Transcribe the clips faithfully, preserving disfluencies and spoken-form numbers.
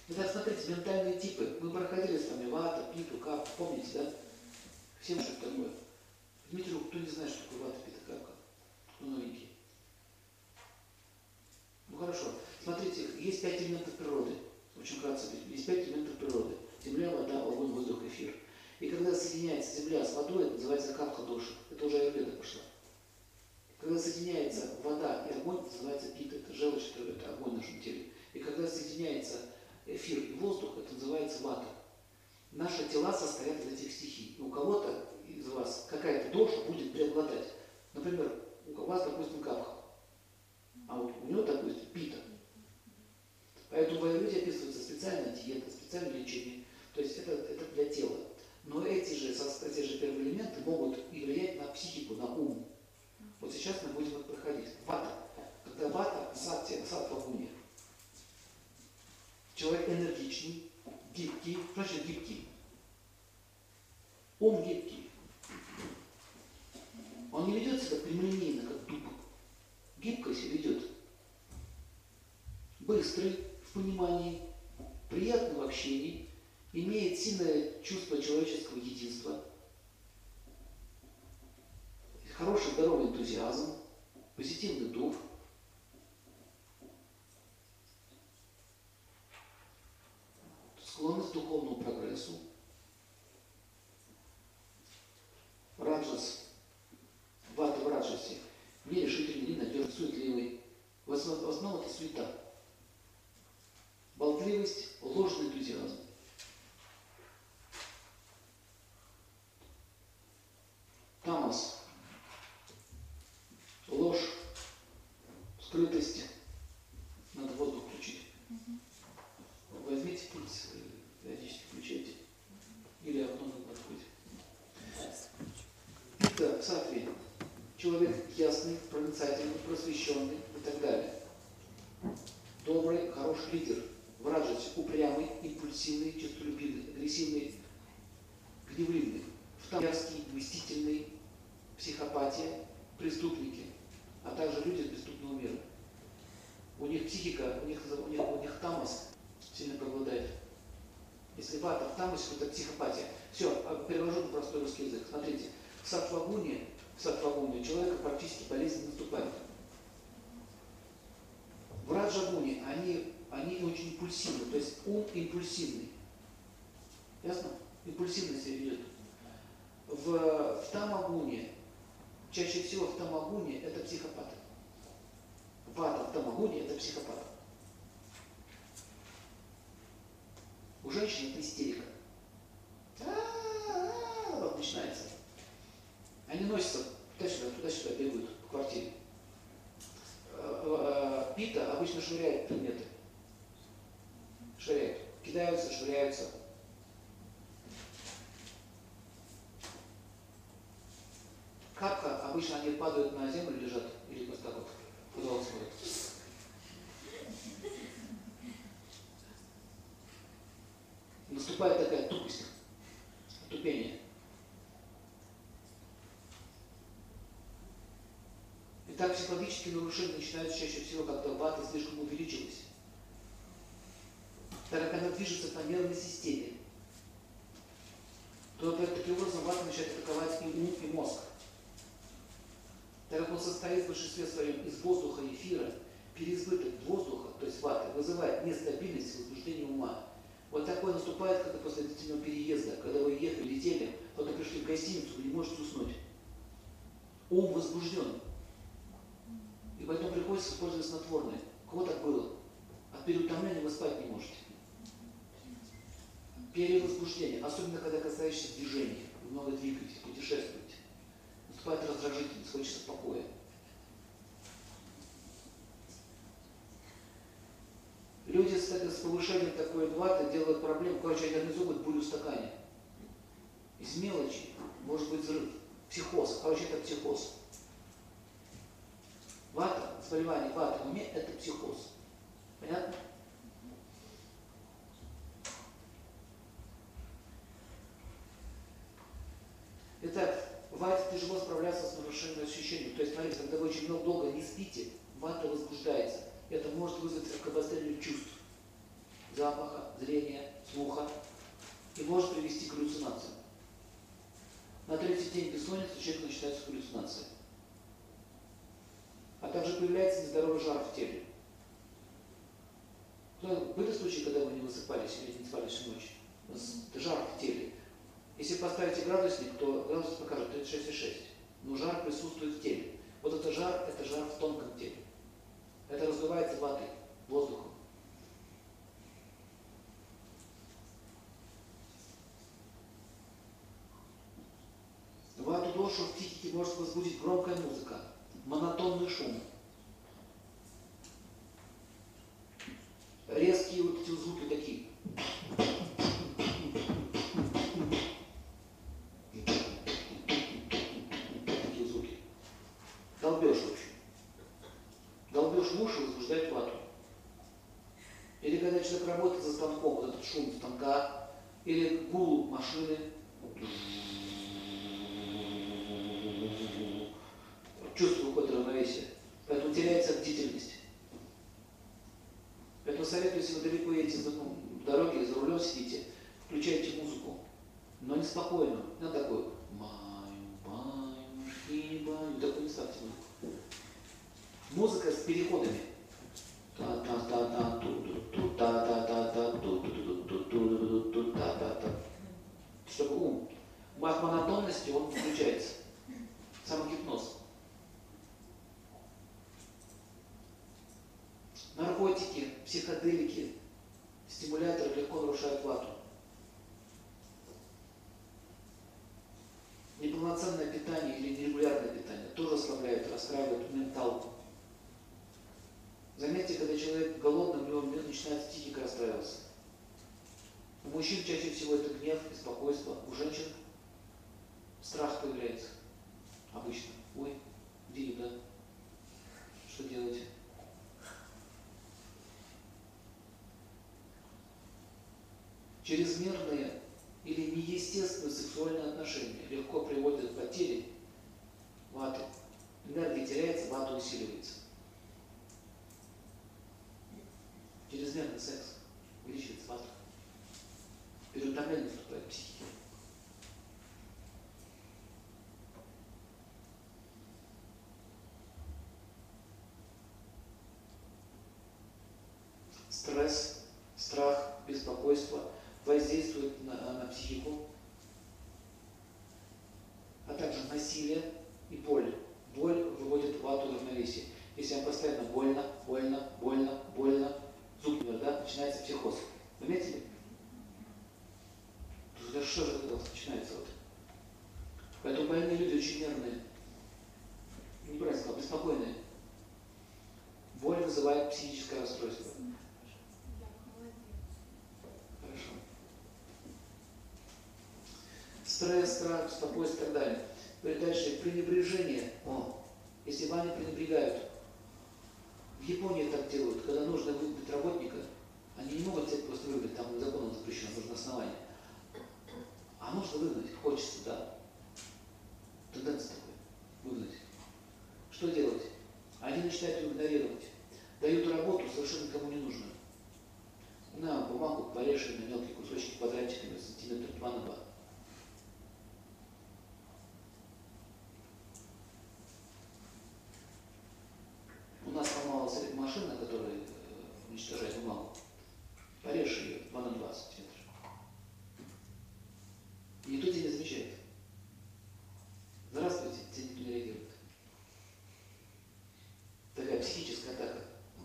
Итак, смотрите, ментальные типы. Мы проходили с вами вата, питу, капа, помните, да? Всем что это такое? Дмитрий, кто не знает, что такое вата, пита, капа? Кто новенький? Ну хорошо. Смотрите, есть пять элементов природы. Очень вкратце. Есть пять элементов природы. Земля, вода, огонь, воздух, эфир. И когда соединяется земля с водой, это называется капха доша. Это уже аюрведа пошла. Когда соединяется вода и огонь, это называется пита. Это желчь, это огонь в нашем теле. И когда соединяется эфир и воздух, это называется вата. Наши тела состоят из этих стихий. И у кого-то из вас какая-то доша будет преобладать. Например, у вас, допустим, капха. А вот у него, допустим, пита. Поэтому в аюрведе описывается специальная диета, специальное лечение. То есть это, это для тела. Но эти же, эти же первые элементы могут и влиять на психику, на ум. Вот сейчас мы будем их проходить. Вата. Когда вата, сатья, саттва гуни. Человек энергичный, гибкий. Что значит гибкий? Ум гибкий. Он не ведет себя прямолинейно, как дуб. Гибко себя ведет. Быстрый в понимании, приятный в общении, имеет сильное чувство человеческого единства, хороший здоровый энтузиазм, позитивный дух, склонность к духовному прогрессу, раджас, вата в раджасе, нерешительный, ненадежный, суетливый. В основном это суета. Болтливость, ложный энтузиазм. Тамас. Ложь, скрытость. Надо воздух включить. Угу. Возьмите пульт, периодически включайте. Или окно надо открыть. Пита, сатви. Человек ясный, проницательный, просвещенный и так далее. Добрый, хороший лидер. В раджасе упрямый, импульсивный, честолюбивый, агрессивный, гневливый. В тамасе мстительный, психопатия, преступники, а также люди из преступного мира. У них психика, у них, у них, у них тамас сильно преобладает. Если вата в тамасе, то это психопатия. Все, перевожу на простой русский язык. Смотрите, в саттвагуне, в саттвагуне у человека практически болезнь не наступает. В раджагуне они, они очень импульсивны, то есть ум импульсивный. Ясно? Импульсивно себя ведет. В, в тамагуне, чаще всего в тамагуне это психопаты. Вата в тамагуне это психопат. У женщин это истерика. А-а-а, вот начинается. Они носятся туда-сюда, туда-сюда, бегают по квартире. Пита обычно швыряет предметы. Швыряют. Кидаются, швыряются. Капха, обычно они падают на землю, лежат, или просто так вот, куда смотрят. Наступает такая тупость, тупение. Итак, психологические нарушения начинаются чаще всего, когда вата слишком увеличилась. Так как она движется по нервной системе, то таким образом вата начинает атаковать и ум, и мозг. Так как он состоит в большинстве своем из воздуха и эфира, переизбыток воздуха, то есть ваты, вызывает нестабильность и возбуждение ума. Вот такое наступает, когда после длительного переезда, когда вы ехали, летели, потом пришли в гостиницу, вы не можете уснуть. Ум возбужден. И поэтому приходится использовать снотворное. У кого так было? От переутомления вы спать не можете. Перевозбуждение, особенно когда касаешься движения. Вы много двигаетесь, путешествуете. Наступает раздражительность, хочется покоя. Люди с, с повышением такой ваты делают проблему, короче, они организовывают бурю в стакане. Из мелочи может быть взрыв, психоз, короче, это психоз. Вата, заболевание ваты в уме – это психоз. Понятно? Итак, вате тяжело справляться с нарушением ощущений. То есть, смотрите, когда вы очень много долго не спите, вата возбуждается. Это может вызвать к обострению чувств, запаха, зрения, слуха и может привести к галлюцинациям. На третий день бессонницы у человека начинаются галлюцинации. А также появляется нездоровый жар в теле. Были случаи, когда вы не высыпались или не спали всю ночь? Жар в теле. Если поставите градусник, то градусник покажет тридцать шесть и шесть. Но жар присутствует в теле. Вот это жар, это жар в тонком теле. Это раздувается ватой, воздухом. Вату дошу в психике может возбудить громкая музыка, монотонный шум, резкие вот эти звуки такие. Такие звуки. Долбеж вообще. Долбеж в уши возбуждает вату. Или когда человек работает за станком, вот этот шум станка, или гул машины, чувство выходит равновесия. Поэтому теряется бдительность. Поэтому советую, если вы далеко едете за ну, дороги, за рулем сидите, включайте музыку. Но не спокойно. Не такую маю, баю, шки, баю. Такую не ставьте музыку. Музыка с переходами. Та-та-та-та, ту-ту-ту, та-та-та-та, ту-ту-ту-ту, та-та-та. Чтобы ум. От монотонности он включается. Самогипноз. Наркотики, психоделики, стимуляторы легко нарушают вату. Неполноценное питание или нерегулярное питание тоже ослабляет, расстраивает ментал. Заметьте, когда человек голодный, у него начинает психика расстраиваться. У мужчин чаще всего это гнев, беспокойство, у женщин страх появляется. Обычно. Ой, где еда? Что делаете? Чрезмерные или неестественные сексуальные отношения легко приводят к потере ваты. Энергия теряется, вата усиливается. Чрезмерный секс увеличивается вата. Переутомление наступает в психике. Стресс, страх, беспокойство воздействуют на, на психику, а также насилие и боль. Боль выводит вату в равновесие. Если вам постоянно больно, больно, больно, больно, зуб, да, начинается психоз. Заметили? Да что же это начинается вот? Поэтому больные люди очень нервные. Неправильно сказал, беспокойные. Боль вызывает психическое расстройство. Хорошо. Стресс, страх, беспокойство и так далее. Дальше пренебрежение. О, если вами пренебрегают. В Японии так делают, когда нужно выгнать работника, они не могут взять просто выгнать, там законом запрещено, нужно основание. А нужно выгнать, хочется, да. Тенденция такой, выгнать. Что делать? Они начинают его игнорировать. Дают работу совершенно никому не нужную. На бумагу порежь на мелкие кусочки квадратиками, сантиметр два на два. У нас сломалась машина, которая уничтожает бумагу. Порежь ее два на два сантиметра. И никто тебя не замечает. Здравствуйте, тебе никто не реагирует. Такая психическая атака.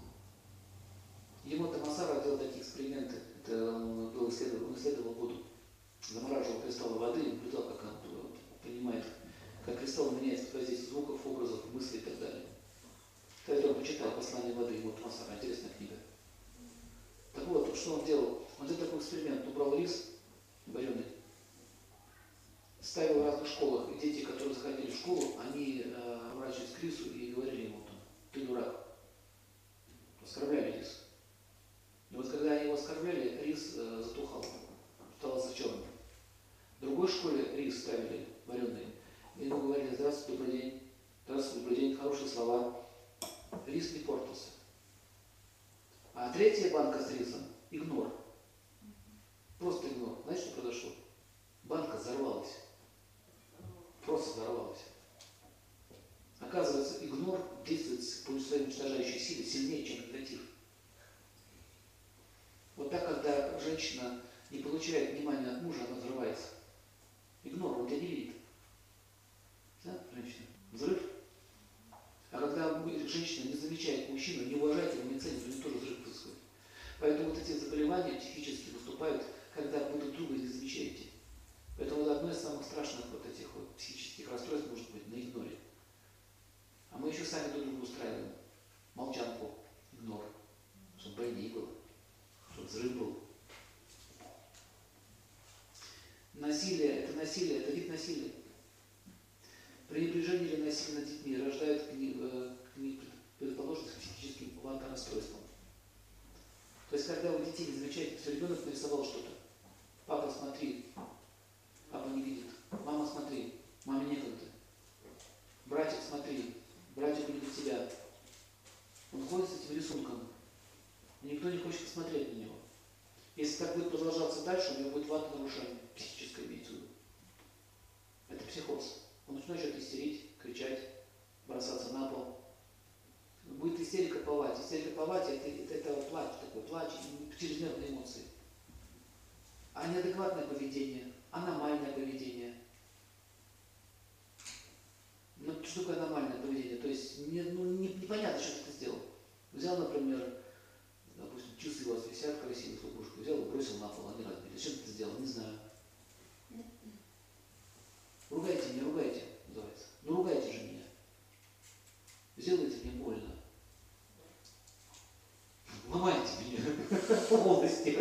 Ему Томасара делал такие эксперименты. Это он, был исследовал, он исследовал воду. Замораживал кристаллы воды и наблюдал, как он принимает, как кристалл меняется под воздействием звуков, образов, мыслей и так далее. Тогда он почитал «Послание воды», ему Томасара, интересная книга. Так вот, что он делал? Он делал такой эксперимент. Убрал рис вареный, ставил в разных школах, и дети, которые заходили в школу, они э, оборачивались к рису и говорили ему там: «Ты дурак». Оскорбляли рис. И вот когда они его оскорбляли, рис э, затухал, оставался черным. В другой школе рис ставили вареный, и ему говорили: «Здравствуй, добрый день, здравствуй, добрый день», хорошие слова. Рис не портился. А третья банка с рисом — игнор. Просто игнор. Знаете, что произошло? Банка взорвалась. Просто взорвалась. Оказывается, игнор действует по своей уничтожающей силе сильнее, чем негатив. Вот так, когда женщина не получает внимания от мужа, она взрывается. Игнор, он тебя не видит. Да, женщина? Взрыв. А когда женщина не замечает мужчину, не уважает его, не ценит, у него тоже взрыв происходит. Поэтому вот эти заболевания психические наступают, когда вы друг друга не замечаете. Поэтому это одно из самых страшных вот этих вот психических расстройств может быть на игноре. А мы еще сами друг друга устраиваем. Молчанку, игнор. Чтобы больнее было. Чтобы взрыв был. Насилие, это насилие, это вид насилия. Пренебрежение или насилие над детьми рождает предрасположенность к психическим расстройствам. То есть, когда вы детей не замечаете, что ребенок нарисовал что-то. Папа, смотри. Папа не видит. Мама, смотри. Маме некогда. Братик, смотри. Братик не видит тебя. Он ходит с этим рисунком. И никто не хочет посмотреть на него. Если так будет продолжаться дальше, у него будет вата нарушение. Психическое имеется в виду. Это психоз. Он начнет что-то истерить, кричать, бросаться на пол. Будет истерика по вате. Истерика по вате это, это, это плач такой, плач, чрезмерные эмоции. А неадекватное поведение, аномальное поведение. Ну, что такое аномальное поведение? То есть не, ну, не, непонятно, что ты сделал. Взял, например, допустим, часы у вас висят, красивые футбушку, взял и бросил на пол, они разбились. Что ты сделал? Не знаю. Ругайте, не ругайте, называется. Ну ругайте же меня. Сделайте мне больно. Ломайте меня полностью.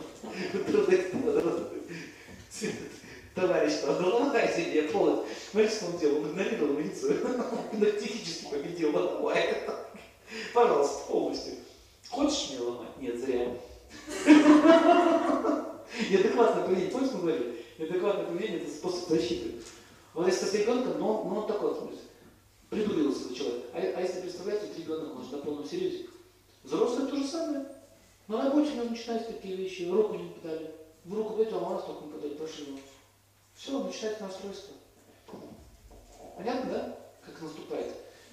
Товарищ, ломайте меня полностью. Знаете, что он делал? Он игнорировал милицию. Он психически победил. Ломай. Пожалуйста, полностью. Хочешь меня ломать? Нет, зря. Неадекватное поведение. Помните, мы говорили? Неадекватное поведение – это способ защиты. Вот если с ребенком, но, но он такой, смотрите, придурился человек. А, а если представляете, вот ребенок может на полном серьезе. Взрослые то же самое. На работе у нас начинаются такие вещи. Руку не подали. В руку пойдем, а у нас только не подали, пошли его. Все, начинается расстройство. Понятно, да? Как наступает?